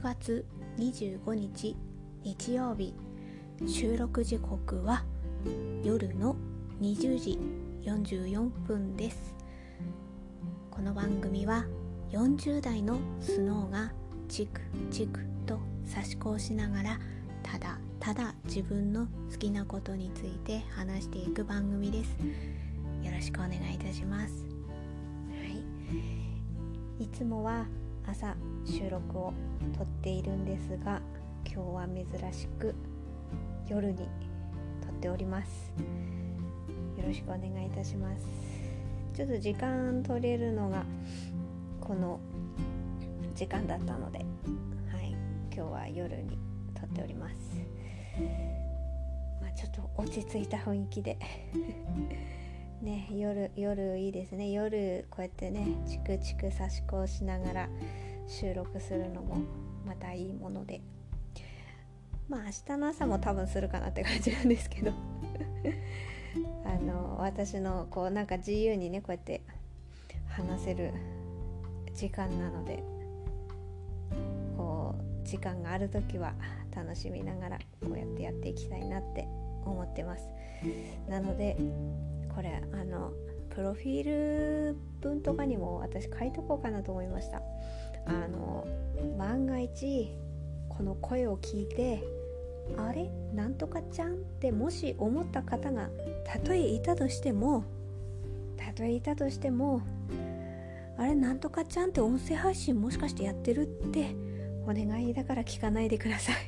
月25日日曜日、収録時刻は夜の20時44分です。この番組は40代のスノーがチクチクと差し子をしながらただただ自分の好きなことについて話していく番組です。よろしくお願いいたします。いつもは朝収録を撮っているんですが、今日は珍しく夜に撮っております。よろしくお願いいたします。ちょっと時間取れるのがこの時間だったので、今日は夜に撮っております。ちょっと落ち着いた雰囲気でね、夜いいですね。夜こうやってね、チクチク差し子をしながら収録するのもまたいいもので、明日の朝も多分するかなって感じなんですけど私のこうなんか自由にね、こうやって話せる時間なので、こう時間があるときは楽しみながらこうやってやっていきたいなって思ってます。なのでこれプロフィール文とかにも私書いとこうかなと思いました。万が一この声を聞いて、あれなんとかちゃんってもし思った方がたとえいたとしてもあれなんとかちゃんって音声配信もしかしてやってるってお願いだから聞かないでください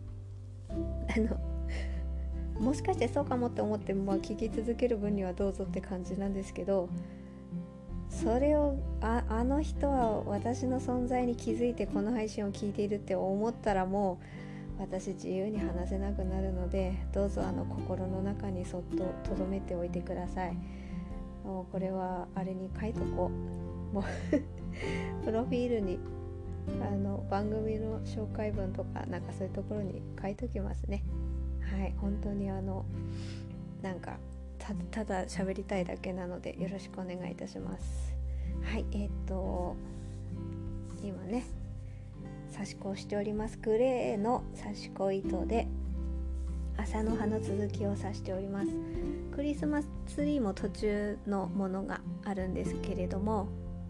もしかしてそうかもって思って聞き続ける分にはどうぞって感じなんですけど、それをあの人は私の存在に気づいてこの配信を聞いているって思ったら、もう私自由に話せなくなるので、どうぞ心の中にそっと留めておいてください。もうこれはあれに書いとこう。もうプロフィールに番組の紹介文とかなんかそういうところに書いときますね。本当になんかただ喋りたいだけなのでよろしくお願いいたします。今ね差し子をしております。グレーの差し子糸で朝の葉の続きを刺しております。クリスマスツリーも途中のものがあるんですけれども、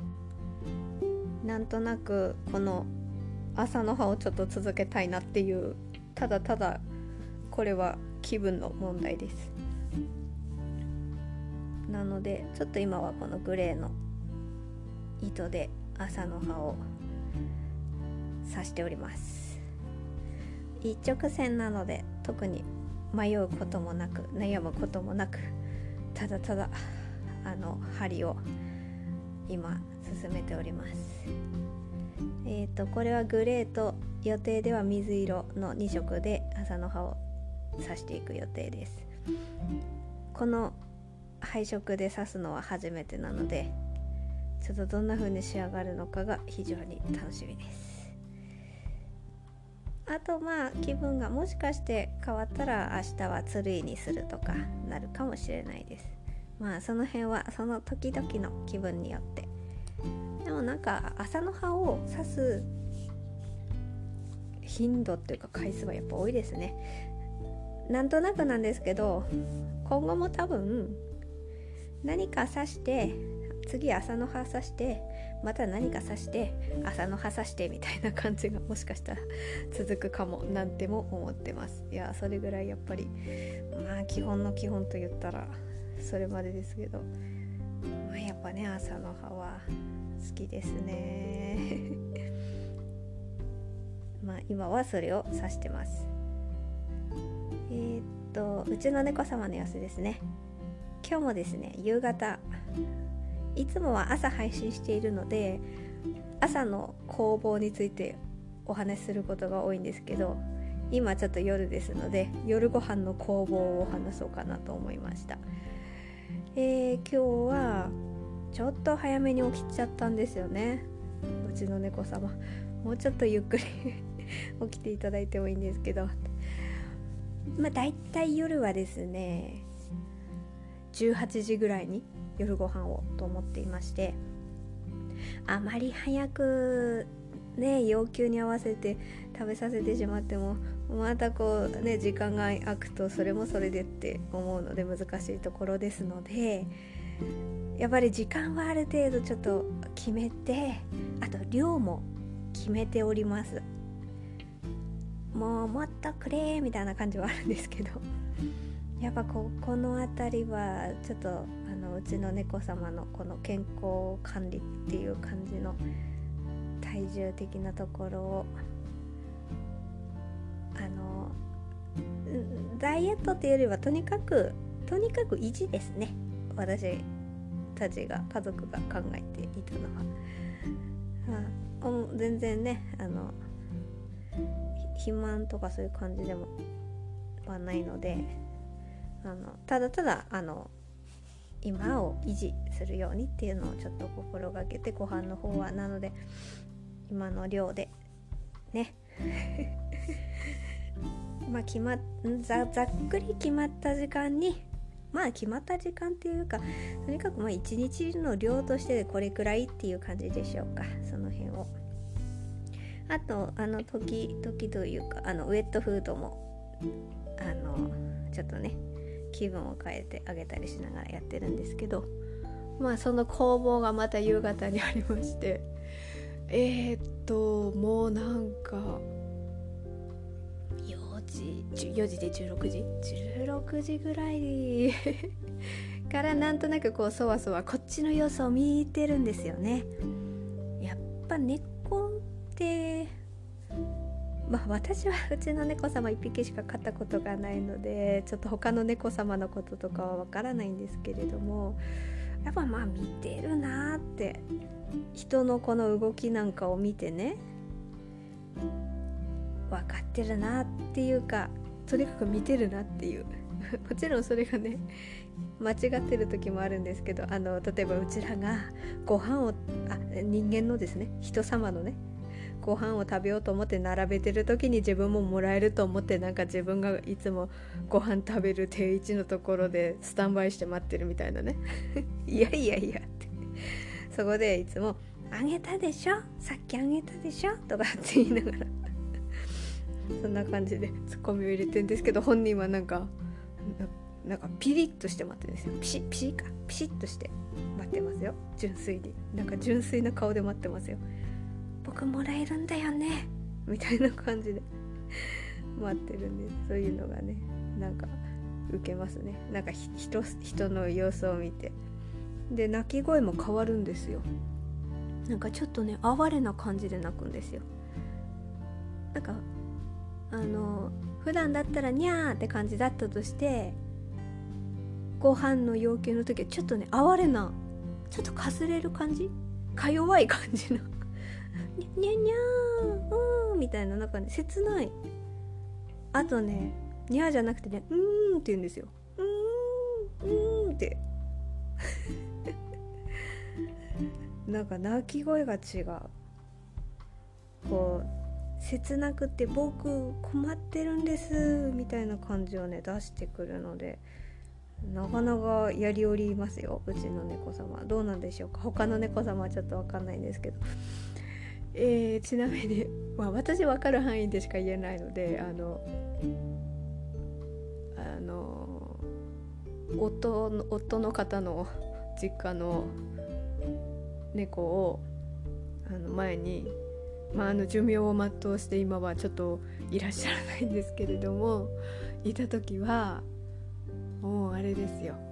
なんとなくこの朝の葉をちょっと続けたいなっていう、ただただこれは気分の問題です。なのでちょっと今はこのグレーの糸で朝の葉を刺しております。一直線なので特に迷うこともなく悩むこともなく、ただただ針を今進めております。これはグレーと予定では水色の2色で朝の葉を刺していく予定です。この配色で刺すのは初めてなので、ちょっとどんな風に仕上がるのかが非常に楽しみです。あと気分がもしかして変わったら明日はツリーにするとかなるかもしれないです。その辺はその時々の気分によって。でもなんか朝の葉を刺す頻度っていうか回数はやっぱ多いですね。なんとなくなんですけど、今後も多分何か刺して、次朝の葉刺して、また何か刺して朝の葉刺してみたいな感じがもしかしたら続くかもなんても思ってます。いや、それぐらいやっぱり基本の基本と言ったらそれまでですけど、やっぱね朝の葉は好きですね今はそれを刺してます。うちの猫様の様子ですね。今日もですね、夕方、いつもは朝配信しているので朝の攻防についてお話しすることが多いんですけど、今ちょっと夜ですので夜ご飯の攻防を話そうかなと思いました。今日はちょっと早めに起きちゃったんですよね。うちの猫様、もうちょっとゆっくり起きていただいてもいいんですけど、だいたい夜はですね18時ぐらいに夜ご飯をと思っていまして、あまり早くね要求に合わせて食べさせてしまってもまたこうね時間が空くとそれもそれでって思うので難しいところですので、やっぱり時間はある程度ちょっと決めて、あと量も決めております。もっとくれみたいな感じはあるんですけど、やっぱこのあたりはちょっとうちの猫様のこの健康管理っていう感じの体重的なところをダイエットっていうよりはとにかく維持ですね。私たちが家族が考えていたのは、全然ね肥満とかそういう感じでもはないので、ただ今を維持するようにっていうのをちょっと心がけて、ご飯の方はなので今の量でねざっくり決まった時間に、決まった時間っていうか、とにかく1日の量としてこれくらいっていう感じでしょうか。その辺をあと時というかウェットフードもちょっとね気分を変えてあげたりしながらやってるんですけど、その攻防がまた夕方にありまして、もうなんか4時で16時ぐらいからなんとなくこうそわそわこっちの様子を見てるんですよね。やっぱ猫って私はうちの猫様1匹しか飼ったことがないのでちょっと他の猫様のこととかはわからないんですけれども、やっぱ見てるなって、人のこの動きなんかを見てね分かってるなっていうか、とにかく見てるなっていうもちろんそれがね間違ってる時もあるんですけど、例えばうちらがご飯を人間のですね、人様のねご飯を食べようと思って並べてる時に自分ももらえると思って、なんか自分がいつもご飯食べる定位置のところでスタンバイして待ってるみたいなねいやってそこでいつもあげたでしょ、さっきあげたでしょとかって言いながらそんな感じでツッコミを入れてるんですけど、本人はなんかピリッとして待ってるんですよ。ピシッとして待ってますよ。純粋に純粋な顔で待ってますよ。僕もらえるんだよねみたいな感じで待ってるんです。そういうのがねウケますね。人の様子を見て、で鳴き声も変わるんですよ。ちょっとね哀れな感じで鳴くんですよ。普段だったらニャーって感じだったとして、ご飯の要求の時はちょっとね哀れな、ちょっとかすれる感じ、か弱い感じのにゃにゃーみたいな、切ない。あとねにゃーじゃなくてねって言うんですよ。って鳴き声が違う。こう切なくて僕困ってるんですみたいな感じをね出してくるので、なかなかやりおりますよ、うちの猫様。どうなんでしょうか、他の猫様はちょっと分かんないんですけど、ちなみに、私分かる範囲でしか言えないので、夫の方の実家の猫を前に寿命を全うして今はちょっといらっしゃらないんですけれども、いた時はもうあれですよ、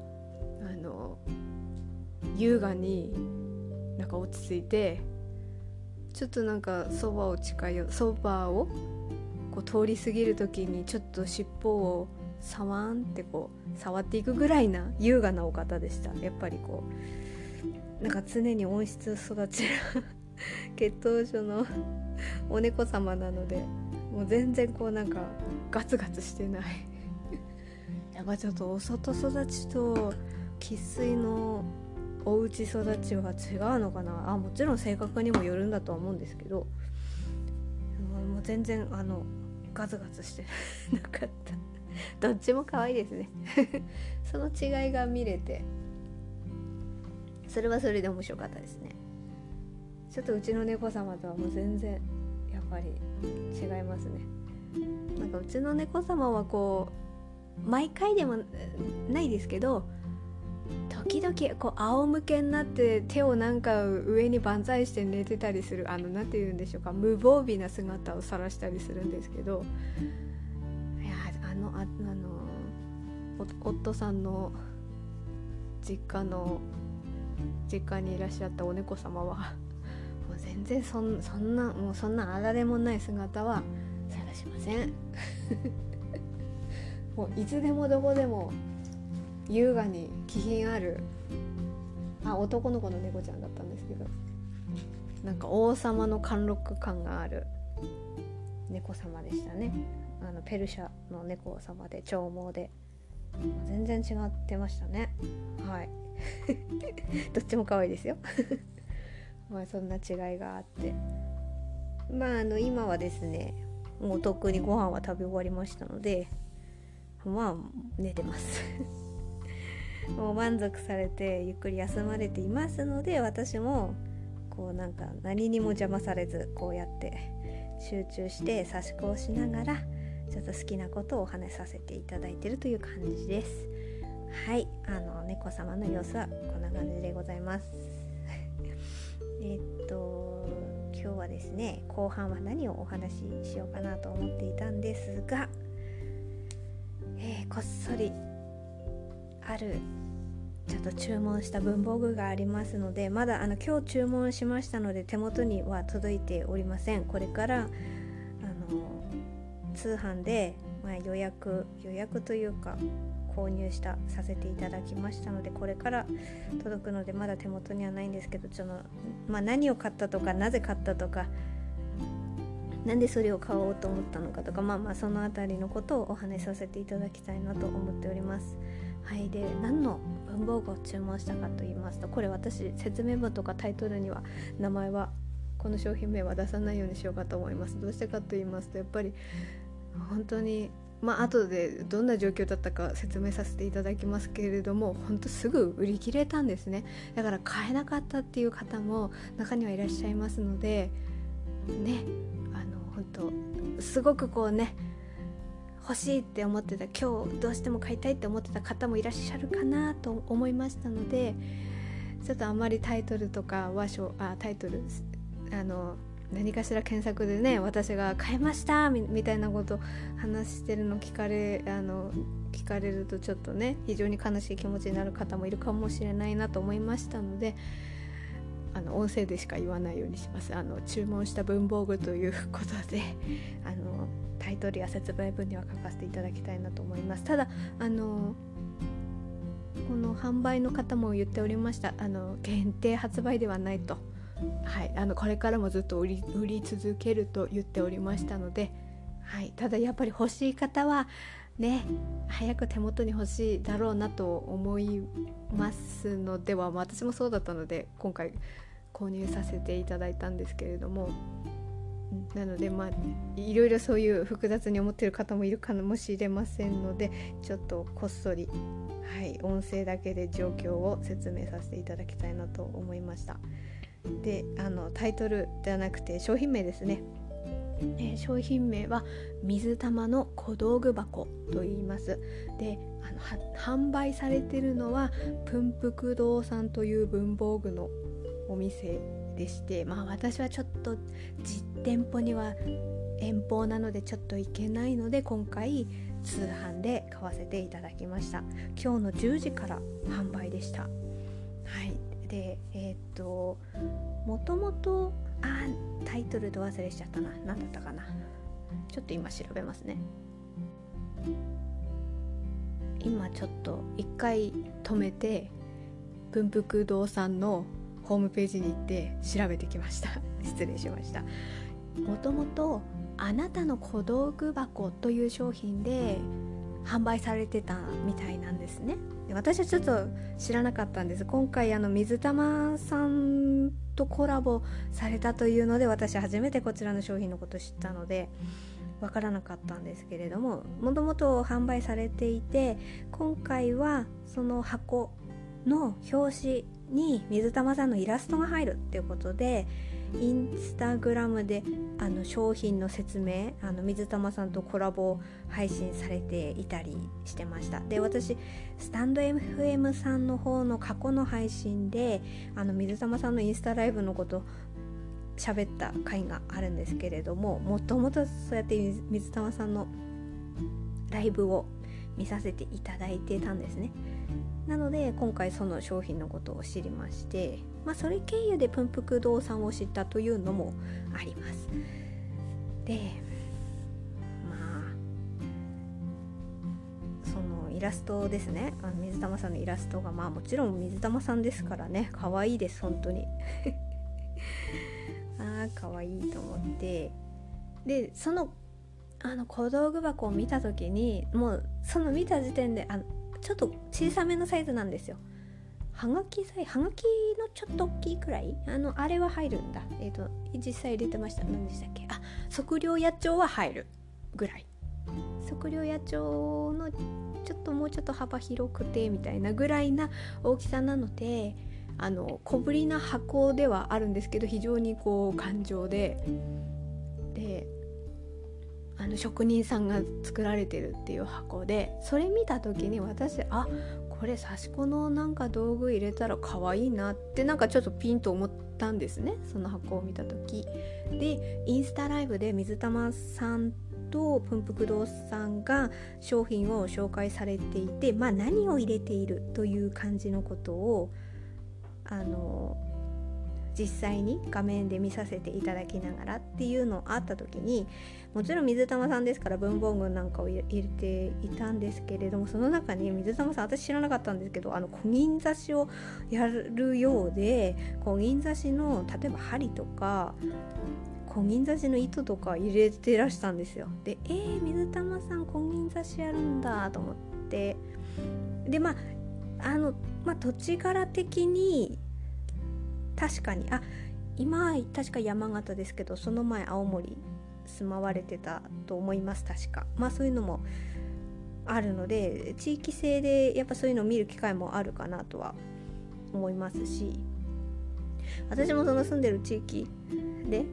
優雅に落ち着いて、ちょっとそばをこう通り過ぎる時にちょっと尻尾をサワンってこう触っていくぐらいな優雅なお方でした。やっぱりこう常に温室育ち血統書のお猫様なので、もう全然こうガツガツしてないやっぱちょっとお外育ちと生粋のお家育ちは違うのかな。もちろん性格にもよるんだとは思うんですけど、もう全然ガツガツしてなかったどっちも可愛いですねその違いが見れて、それはそれで面白かったですね。ちょっとうちの猫様とはもう全然やっぱり違いますね。なんかうちの猫様はこう毎回でもないですけど、時々こう仰向けになって手をなんか上に万歳して寝てたりする、なんて言うんでしょうか、無防備な姿を晒したりするんですけど、いや夫さんの実家にいらっしゃったお猫様はもう全然そんなあられもない姿は晒しませんもういつでもどこでも優雅に気品ある、男の子の猫ちゃんだったんですけど、なんか王様の貫禄感がある猫様でしたね。ペルシャの猫様で長毛で全然違ってましたね。はいどっちも可愛いですよそんな違いがあって、今はですね、もうとっくにご飯は食べ終わりましたので、寝てますもう満足されてゆっくり休まれていますので、私もこうなんか何にも邪魔されず、こうやって集中して差し子をしながらちょっと好きなことをお話しさせていただいているという感じです。はい、猫様の様子はこんな感じでございます今日はですね、後半は何をお話ししようかなと思っていたんですが、こっそりあるちょっと注文した文房具がありますので、まだ今日注文しましたので手元には届いておりません。これから通販で、予約というか購入させていただきましたので、これから届くのでまだ手元にはないんですけど、何を買ったとか、なぜ買ったとか、なんでそれを買おうと思ったのかとか、そのあたりのことをお話しさせていただきたいなと思っております。はい、で何の文房具を注文したかと言いますと、これ私説明文とかタイトルには名前は、この商品名は出さないようにしようかと思います。どうしてかと言いますと、やっぱり本当に後でどんな状況だったか説明させていただきますけれども、本当すぐ売り切れたんですね。だから買えなかったっていう方も中にはいらっしゃいますのでね、本当すごくこうね、欲しいって思ってた、今日どうしても買いたいって思ってた方もいらっしゃるかなと思いましたので、ちょっとあんまりタイトルとか何かしら検索でね、私が買いましたみたいなこと話してるの聞かれるとちょっとね、非常に悲しい気持ちになる方もいるかもしれないなと思いましたので、音声でしか言わないようにします。注文した文房具ということでタイトルや説明文には書かせていただきたいなと思います。ただこの販売の方も言っておりました。限定発売ではないと、はい、これからもずっと売り続けると言っておりましたので、はい、ただやっぱり欲しい方はね、早く手元に欲しいだろうなと思いますのでは、私もそうだったので今回購入させていただいたんですけれども、なのでいろいろそういう複雑に思っている方もいるかもしれませんので、ちょっとこっそり、はい、音声だけで状況を説明させていただきたいなと思いました。で、タイトルではなくて商品名ですね。商品名は水玉の小道具箱と言います。で、販売されているのは文福堂さんという文房具のお店でして、私はちょっと実店舗には遠方なのでちょっと行けないので、今回通販で買わせていただきました。今日の10時から販売でした。はい。で、もともとタイトルと忘れしちゃったな。何だったかな。ちょっと今調べますね。今ちょっと一回止めて文福堂さんのホームページに行って調べてきました。失礼しました。もともとあなたの小道具箱という商品で販売されてたみたいなんですね。で、私はちょっと知らなかったんです。今回水玉さんとコラボされたというので、私初めてこちらの商品のことを知ったのでわからなかったんですけれども、もともと販売されていて、今回はその箱の表紙に水玉さんのイラストが入るっていうことで、 インスタグラムで商品の説明水玉さんとコラボ配信されていたりしてました。で、私スタンド FM さんの方の過去の配信で水玉さんのインスタライブのこと喋った回があるんですけれども、もともとそうやって水玉さんのライブを見させていただいてたんですね。なので今回その商品のことを知りまして、それ経由でプンプク堂さんを知ったというのもあります。で、そのイラストですね、水玉さんのイラストがもちろん水玉さんですからね、可愛いです本当に可愛いと思って、でその小道具箱を見た時にもうその見た時点でちょっと小さめのサイズなんですよ。はがきのちょっと大きいくらいあれは入るんだ。実際入れてました。何でしたっけ。測量野鳥は入るぐらい。測量野鳥のちょっともうちょっと幅広くてみたいなぐらいな大きさなので、小ぶりな箱ではあるんですけど、非常に頑丈で職人さんが作られてるっていう箱で、それ見た時に私これ刺し子のなんか道具入れたら可愛いなってちょっとピンと思ったんですね、その箱を見た時で。インスタライブで水玉さんとプンプク堂さんが商品を紹介されていて、何を入れているという感じのことを実際に画面で見させていただきながらっていうのあった時に、もちろん水玉さんですから文房具なんかを入れていたんですけれども、その中に水玉さん、私知らなかったんですけど小銀刺しをやるようで、小銀刺しの例えば針とか小銀刺しの糸とか入れてらしたんですよ。で水玉さん小銀刺しやるんだと思って、で土地柄的に確かに今確か山形ですけど、その前青森住まわれてたと思います。確かそういうのもあるので、地域性でやっぱそういうのを見る機会もあるかなとは思いますし、私もその住んでる地域で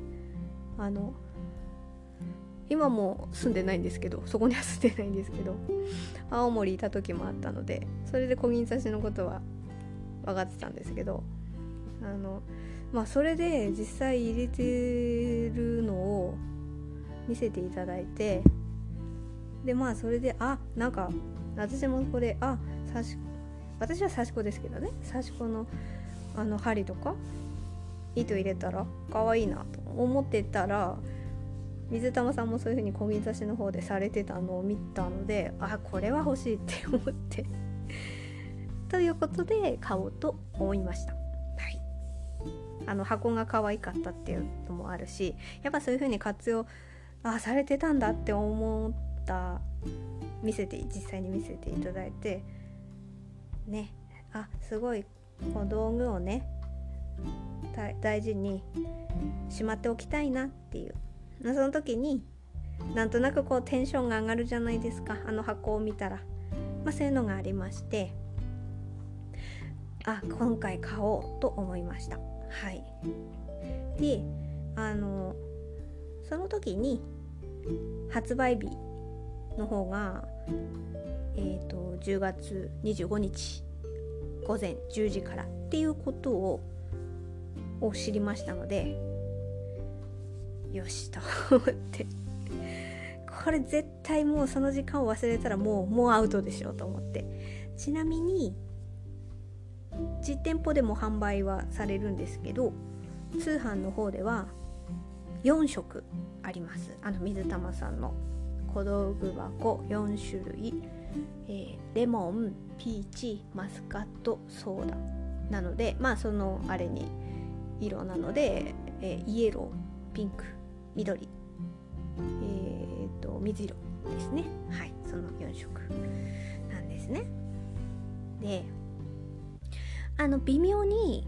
今も住んでないんですけど、そこには住んでないんですけど、青森いた時もあったので、それで小銀刺しのことは分かってたんですけど、それで実際入れてるのを見せていただいて、でそれで私もこれ私は刺し子ですけどね、刺し子の針とか糸入れたら可愛いなと思ってたら、水玉さんもそういう風に小銀刺しの方でされてたのを見たので、これは欲しいって思ってということで買おうと思いました。箱が可愛かったっていうのもあるし、やっぱそういう風に活用されてたんだって思った、実際に見せていただいてね、すごいこの道具をね大事にしまっておきたいなっていう、その時になんとなくテンションが上がるじゃないですか、箱を見たら。そういうのがありまして、今回買おうと思いました。でその時に発売日の方が10月25日午前10時からっていうことを知りましたので、よしと思ってこれ絶対もうその時間を忘れたらもうアウトでしょと思って、ちなみに実店舗でも販売はされるんですけど、通販の方では4色あります。水玉さんの小道具箱4種類、レモン、ピーチ、マスカット、ソーダなので、そのあれに色なので、イエロー、ピンク、緑、水色ですね。その4色なんですね。で微妙に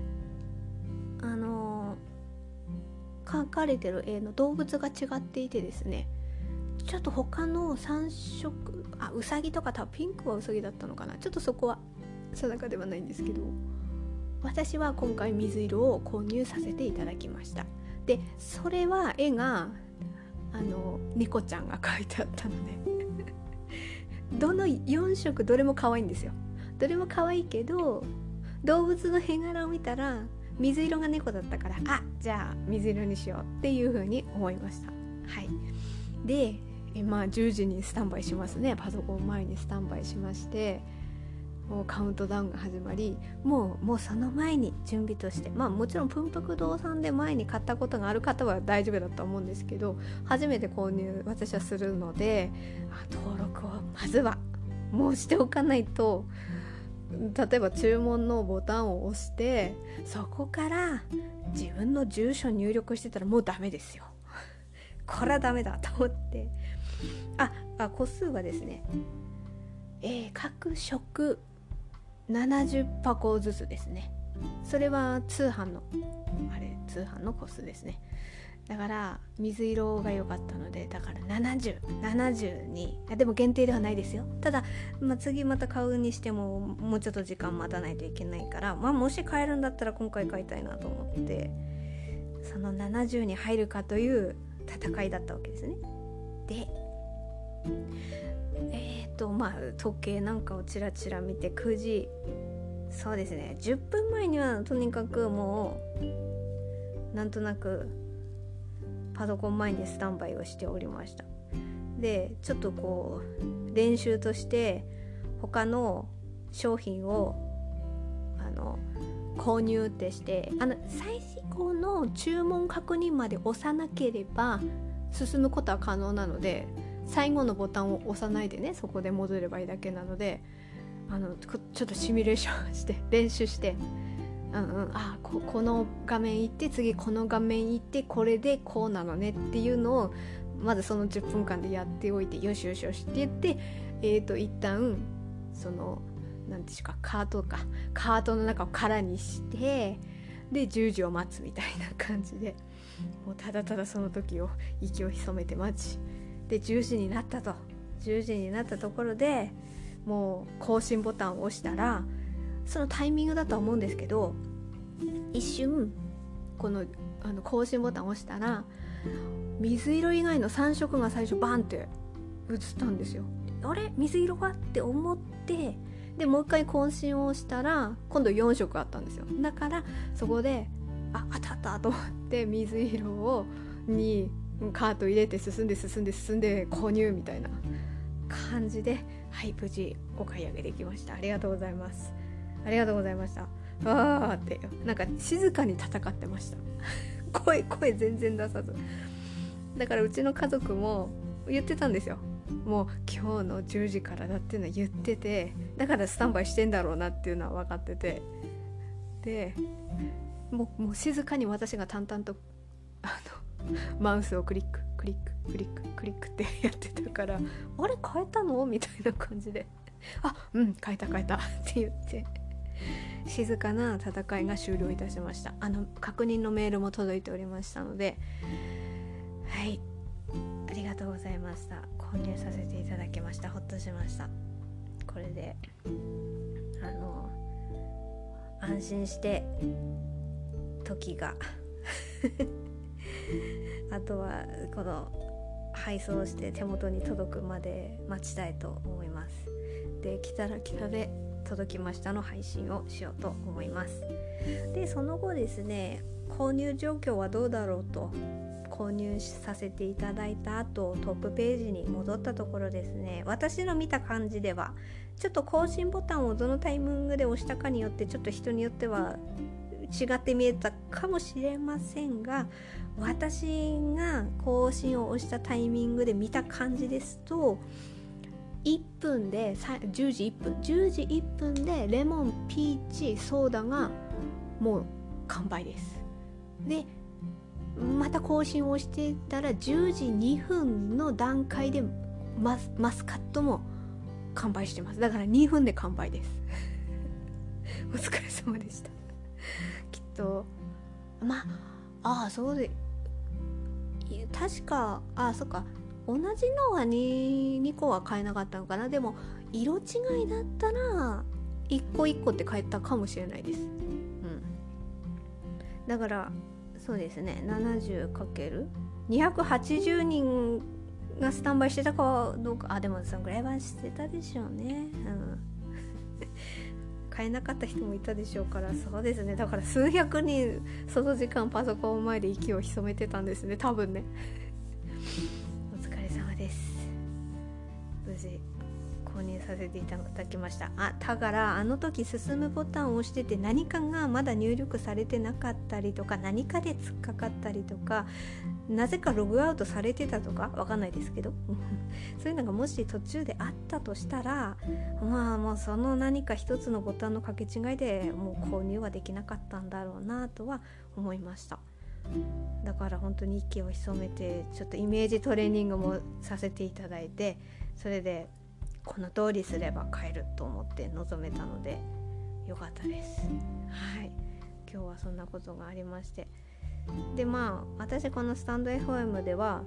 描かれてる絵の動物が違っていてですね、ちょっと他の3色ウサギとか、多分ピンクはウサギだったのかな、ちょっとそこは定かではないんですけど、私は今回水色を購入させていただきました。 でそれは絵が猫ちゃんが描いてあったのでどの4色どれも可愛いんですよ。どれも可愛いけど動物の絵柄を見たら水色が猫だったから、じゃあ水色にしようっていう風に思いました。はい。で10時にスタンバイしますね。パソコン前にスタンバイしまして、もうカウントダウンが始まり、もうその前に準備として、もちろんプンプク堂さんで前に買ったことがある方は大丈夫だと思うんですけど、初めて購入私はするので、登録をまずはもうしておかないと、例えば注文のボタンを押してそこから自分の住所入力してたらもうダメですよ。これはダメだと思って、個数はですね、各食70箱ずつですね。それは通販の個数ですね。だから水色が良かったので、だから70に、でも限定ではないですよ。ただ、次また買うにしてももうちょっと時間待たないといけないから、もし買えるんだったら今回買いたいなと思って、その70に入るかという戦いだったわけですね。で時計なんかをチラチラ見て9時、そうですね、10分前にはとにかくもうなんとなくパソコン前にスタンバイをしておりました。でちょっとこう練習として他の商品を購入ってして、最後の注文確認まで押さなければ進むことは可能なので、最後のボタンを押さないでね、そこで戻ればいいだけなので、ちょっとシミュレーションして練習して、この画面行って次この画面行ってこれでこうなのねっていうのをまずその10分間でやっておいて、よしよしよしって言って、一旦そのなんていうかカートの中を空にして、で10時を待つみたいな感じで、もうただただその時を息を潜めて待ち、で10時になったところでもう更新ボタンを押したら、そのタイミングだとは思うんですけど、一瞬この更新ボタンを押したら水色以外の3色が最初バンって映ったんですよ。あれ水色がって思って、でもう一回更新をしたら今度4色あったんですよ。だからそこであったあったと思って水色にカート入れて進んで購入みたいな感じで、無事お買い上げできました。ありがとうございましたってなんか静かに戦ってました声全然出さず。だからうちの家族も言ってたんですよ。もう今日の10時からだっていうのは言ってて、だからスタンバイしてんだろうなっていうのは分かってて、でもう静かに私が淡々とマウスをクリックってやってたから、あれ変えたのみたいな感じで、変えたって言って静かな戦いが終了いたしました。確認のメールも届いておりましたので、ありがとうございました。購入させていただきました。ほっとしました。これで安心して時があとはこの配送して手元に届くまで待ちたいと思います。で来たら来たで届きましたの配信をしようと思います。でその後ですね、購入状況はどうだろうと購入させていただいた後、トップページに戻ったところですね、私の見た感じではちょっと更新ボタンをどのタイミングで押したかによってちょっと人によっては違って見えたかもしれませんが、私が更新を押したタイミングで見た感じですと、1分で10時1分でレモンピーチソーダがもう完売です。でまた更新をしてたら10時2分の段階でマスカットも完売してます。だから2分で完売ですお疲れ様でしたきっとそうで確かそっか、同じのは2個は買えなかったのかな。でも色違いだったら1個1個って買えたかもしれないです。だからそうですね、70×280 人がスタンバイしてたかどうか、でもそのぐらいはしてたでしょうね。買えなかった人もいたでしょうから。そうですね、だから数百人その時間パソコン前で息を潜めてたんですね、多分ね。お疲れ様です。無事購入させていただきました。だからあの時進むボタンを押してて何かがまだ入力されてなかったりとか、何かで突っかかったりとか、なぜかログアウトされてたとかわかんないですけどそういうのがもし途中であったとしたら、もうその何か一つのボタンの掛け違いでもう購入はできなかったんだろうなとは思いました。だから本当に息を潜めてちょっとイメージトレーニングもさせていただいて、それでこの通りすれば買えると思って臨めたのでよかったです。はい、今日はそんなことがありまして、で私このスタンド FM では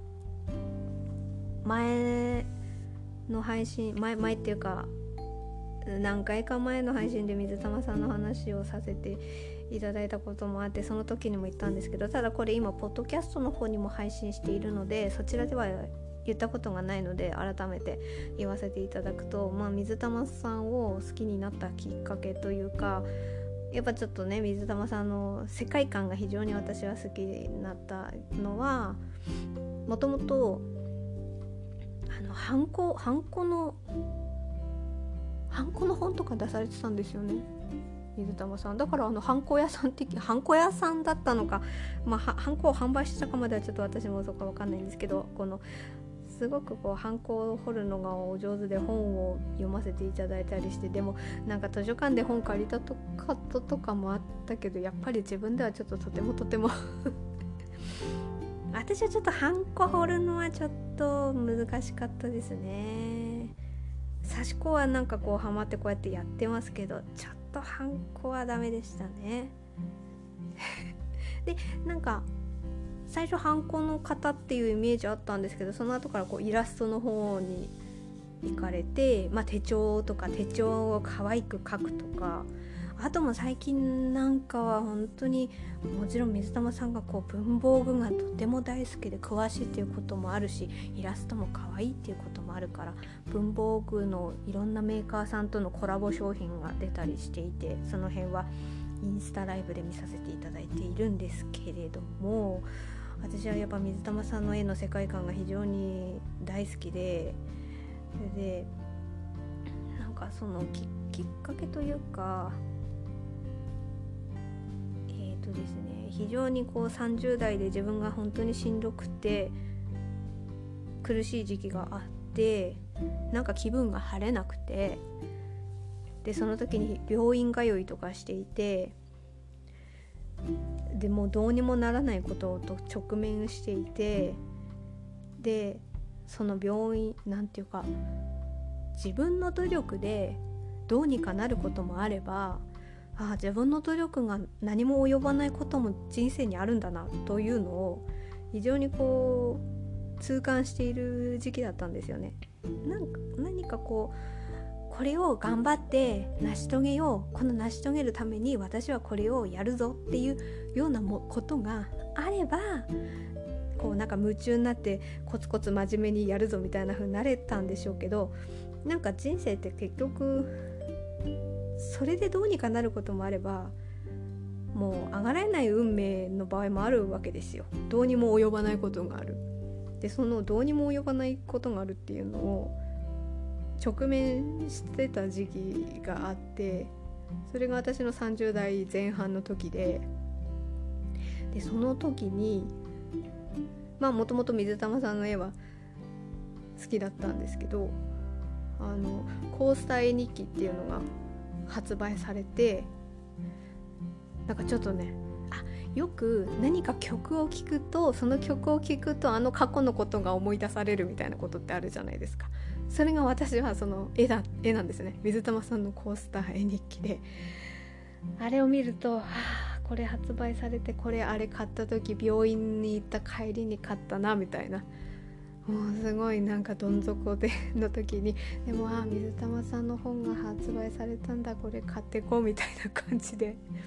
前の配信、前っていうか何回か前の配信で水玉さんの話をさせていただいたこともあって、その時にも言ったんですけど、ただこれ今ポッドキャストの方にも配信しているので、そちらでは言ったことがないので改めて言わせていただくと、水玉さんを好きになったきっかけというか、やっぱちょっとね、水玉さんの世界観が非常に私は好きになったのは、もともとハンコの本とか出されてたんですよね、水玉さん。だからハンコ屋さんだったのか、ハンコを販売してたかまではちょっと私もそこは分かんないんですけど、すごくハンコを彫るのがお上手で本を読ませていただいたりして、でもなんか図書館で本借りたかったとかもあったけど、やっぱり自分ではちょっととても私はちょっとハンコ彫るのはちょっと難しかったですね。刺し子はなんかハマってこうやってやってますけど、ちょっとハンコはダメでしたねでなんか最初ハンコの型っていうイメージあったんですけど、その後からイラストの方に行かれて、手帳を可愛く描くとか、あとも最近なんかは本当にもちろん水玉さんが文房具がとても大好きで詳しいっていうこともあるし、イラストも可愛いっていうこともあるから、文房具のいろんなメーカーさんとのコラボ商品が出たりしていて、その辺はインスタライブで見させていただいているんですけれども、私はやっぱ水玉さんの絵の世界観が非常に大好きで、それでなんかそのきっかけというか、ですね、非常に30代で自分が本当にしんどくて苦しい時期があって、なんか気分が晴れなくて、でその時に病院通いとかしていて、でもうどうにもならないことと直面していて、でその病院なんていうか、自分の努力でどうにかなることもあれば、自分の努力が何も及ばないことも人生にあるんだなというのを非常に痛感している時期だったんですよね。何かこれを頑張って成し遂げよう、この成し遂げるために私はこれをやるぞっていうようなことがあれば、なんか夢中になってコツコツ真面目にやるぞみたいな風になれたんでしょうけど、なんか人生って結局それでどうにかなることもあれば、もう上がらない運命の場合もあるわけですよ。どうにも及ばないことがある。でそのどうにも及ばないことがあるっていうのを直面してた時期があって、それが私の30代前半の時で、その時にもともと水玉さんの絵は好きだったんですけど、コースター絵日記っていうのが発売されて、なんかちょっとね、よく何か曲を聴くと、その曲を聴くと過去のことが思い出されるみたいなことってあるじゃないですか。それが私はその絵なんですね。水玉さんのコースター絵日記で、あれを見ると、これ発売されて、あれ買った時病院に行った帰りに買ったなみたいな、もうすごいなんかどん底での時に、でも水玉さんの本が発売されたんだ、これ買ってこうみたいな感じで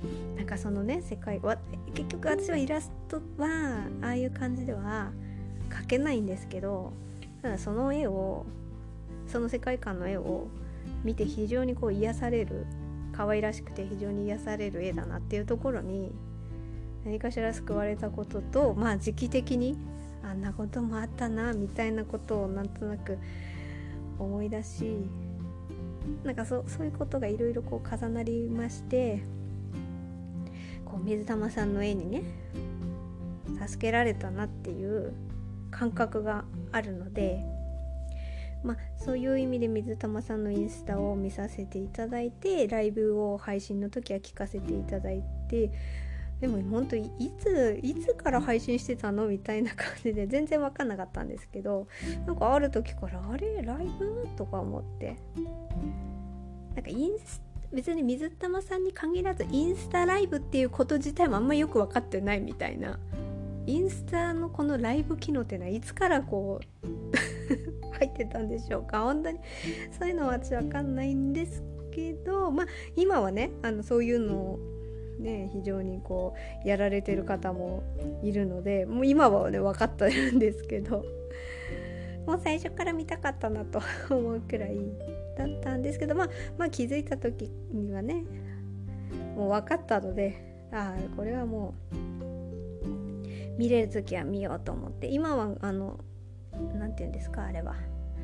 なんかそのね世界は結局私はイラストはああいう感じでは描けないんですけど、ただその世界観の絵を見て非常にこう癒される、可愛らしくて非常に癒される絵だなっていうところに何かしら救われたことと、時期的にあんなこともあったなみたいなことをなんとなく思い出し、なんかそういうことがいろいろこう重なりまして、こう水玉さんの絵にね助けられたなっていう感覚があるので、そういう意味で水玉さんのインスタを見させていただいて、ライブを配信の時は聞かせていただいて、でも本当いつから配信してたのみたいな感じで全然分かんなかったんですけど、なんかある時からライブとか思って、なんか別に水玉さんに限らずインスタライブっていうこと自体もあんまよく分かってないみたいな、インスタのこのライブ機能っていうのはいつからこう入ってたんでしょうか。本当にそういうのは私分かんないんですけど、今はねそういうのをね非常にこうやられてる方もいるので、もう今はね分かってるんですけど、もう最初から見たかったなと思うくらいだったんですけど、気づいた時にはねもう分かったので、これはもう見れる時は見ようと思って、今はなんていうんですか、あれは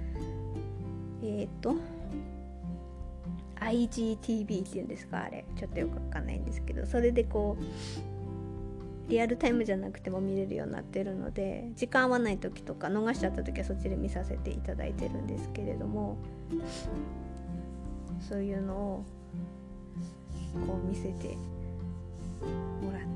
IGTV っていうんですか、あれちょっとよくわかんないんですけど、それでこうリアルタイムじゃなくても見れるようになってるので、時間合わない時とか逃しちゃった時はそっちで見させていただいてるんですけれども、そういうのをこう見せてもらって、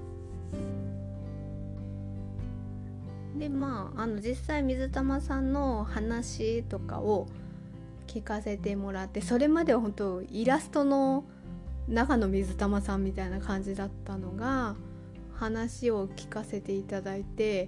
で実際水玉さんの話とかを聞かせてもらって、それまでは本当イラストの中の水玉さんみたいな感じだったのが、話を聞かせていただいて、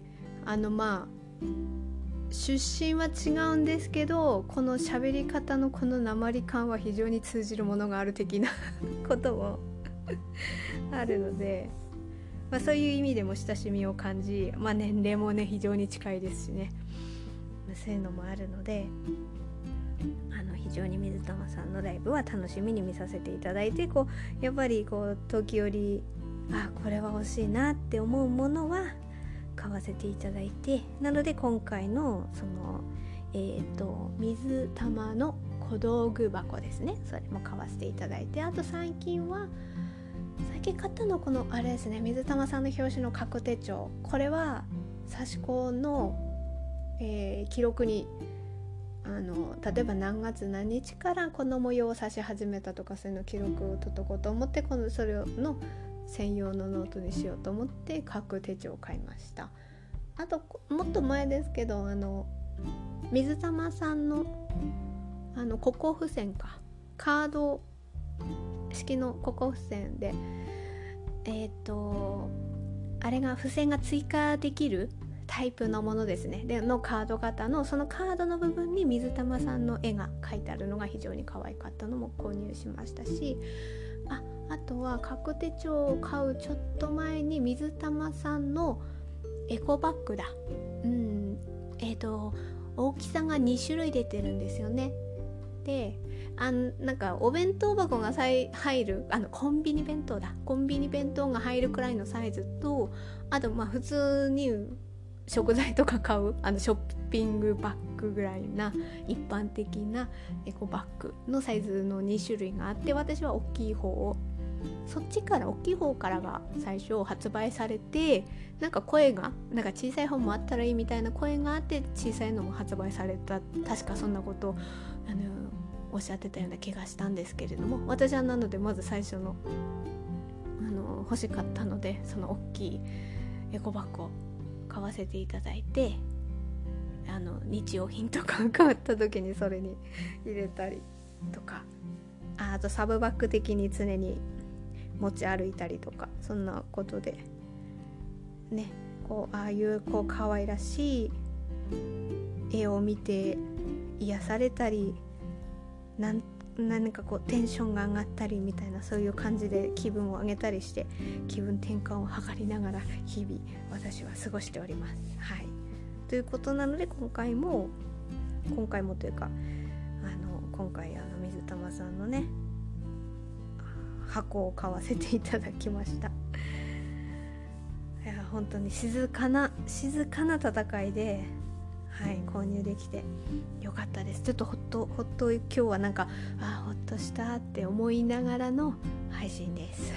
出身は違うんですけど、この喋り方のこの訛り感は非常に通じるものがある的なこともあるので、そういう意味でも親しみを感じ、年齢もね非常に近いですしね、そういうのもあるので、非常に水玉さんのライブは楽しみに見させていただいて、やっぱり時折これは欲しいなって思うものは買わせていただいて、なので今回のその水玉の小道具箱ですね、それも買わせていただいて、あと最近買ったのこのあれですね、水玉さんの表紙の角手帳、これは刺し子の、記録に例えば何月何日からこの模様を刺し始めたとか、そういうの記録を取っとこうと思って、それの専用のノートにしようと思って角手帳を買いました。あともっと前ですけど水玉さんのココ付箋カード式のココ付箋であれが付箋が追加できるタイプのものですね、のカード型の、そのカードの部分に水玉さんの絵が描いてあるのが非常に可愛かったのも購入しましたし、あとは角手帳を買うちょっと前に水玉さんのエコバッグだ、大きさが2種類出てるんですよね。でなんかお弁当箱が入るコンビニ弁当が入るくらいのサイズと、あと普通に食材とか買うショッピングバッグぐらいな一般的なエコバッグのサイズの2種類があって、私は大きい方を大きい方からが最初発売されて、なんか声が小さい方もあったらいいみたいな声があって、小さいのも発売された、確かそんなことをおっしゃってたような気がしたんですけれども、私はなのでまず最初の欲しかったので、その大きいエコバッグを買わせていただいて、日用品とか買った時にそれに入れたりとか、あとサブバッグ的に常に持ち歩いたりとか、そんなことでね、ああいう可愛らしい絵を見て癒されたり、なん何かこうテンションが上がったりみたいな、そういう感じで気分を上げたりして気分転換を図りながら日々私は過ごしております。はい、ということなので今回もというか今回水玉さんのね箱を買わせていただきました。いや本当に静かな戦いで、はい、購入できてよかったです。ちょっとほっと今日はなんかほっとしたって思いながらの配信です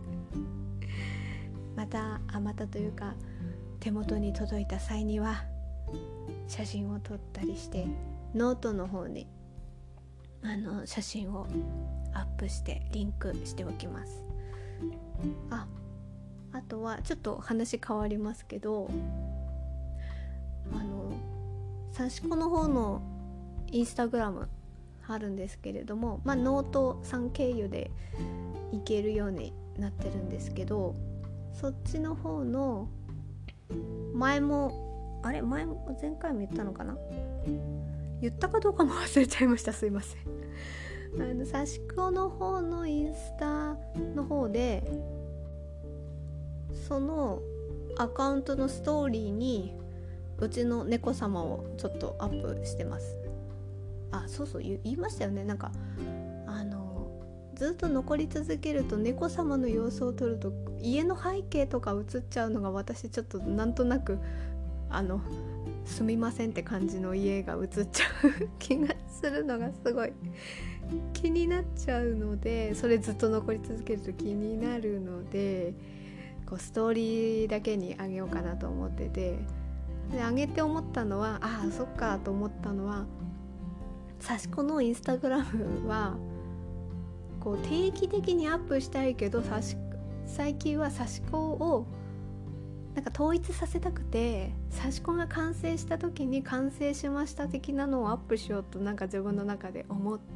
またというか手元に届いた際には写真を撮ったりしてノートの方に写真をアップしてリンクしておきます。あとはちょっと話変わりますけど、サシコの方のインスタグラムあるんですけれども、ノートさん経由で行けるようになってるんですけど、そっちの方の前回も言ったのかな、言ったかどうかも忘れちゃいました。すいません。サシコの方のインスタの方でそのアカウントのストーリーにうちの猫様をちょっとアップしてます。そう言いましたよね。なんかずっと残り続けると猫様の様子を撮ると家の背景とか映っちゃうのが私ちょっとなんとなくすみませんって感じの家が映っちゃう気がするのがすごい気になっちゃうので、それずっと残り続けると気になるのでこうストーリーだけにあげようかなと思ってて、であげて思ったのはそっかと思ったのは、サシコのインスタグラムはこう定期的にアップしたいけど最近はサシコをなんか統一させたくて、サシコが完成した時に完成しました的なのをアップしようとなんか自分の中で思って、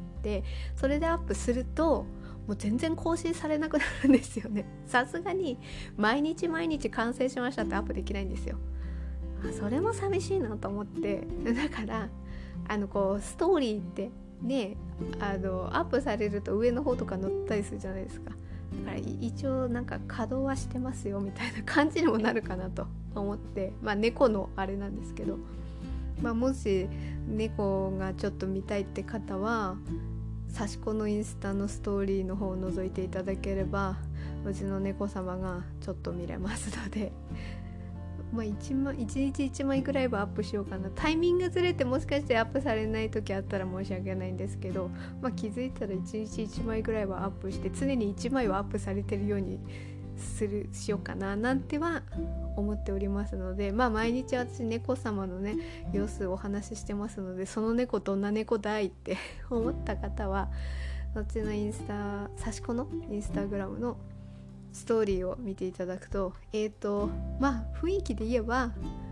それでアップするともう全然更新されなくなるんですよね。さすがに毎日完成しましたってアップできないんですよ。それも寂しいなと思って、だからこうストーリーってねアップされると上の方とか載ったりするじゃないですか。だから一応なんか稼働はしてますよみたいな感じにもなるかなと思って、猫のあれなんですけど、もし猫がちょっと見たいって方はサシコのインスタのストーリーの方を覗いていただければうちの猫様がちょっと見れますので、1日1枚ぐらいはアップしようかな。タイミングずれてもしかしてアップされない時あったら申し訳ないんですけど、気づいたら1日1枚ぐらいはアップして常に1枚はアップされてるようにしようかななんては思っておりますので、毎日私猫様のね様子をお話ししてますので、その猫どんな猫だいって思った方はそっちのサシコのインスタグラムのストーリーを見ていただくと、雰囲気で言えば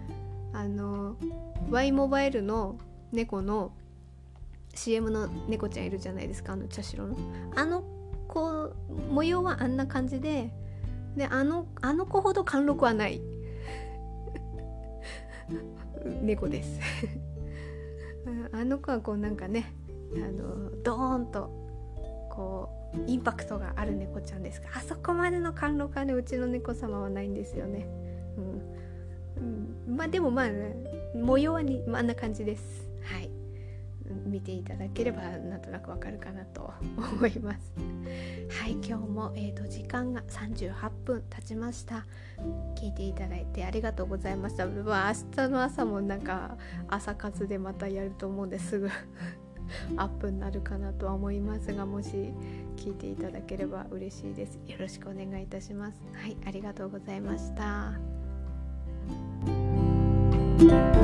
Y モバイルの猫の CM の猫ちゃんいるじゃないですか、茶白の子模様はあんな感じで、あの子ほど貫禄はない猫です子はこうなんかねドーンとこうインパクトがある猫ちゃんですが、あそこまでの貫禄はねうちの猫様はないんですよね。でも模様はあんな感じです。はい、見ていただければなんとなくわかるかなと思います。はい、今日も、時間が38分経ちました。聞いていただいてありがとうございました。明日の朝もなんか朝活でまたやると思うんですぐアップになるかなとは思いますが、もし聞いていただければ嬉しいです。よろしくお願いいたします。はい、ありがとうございました。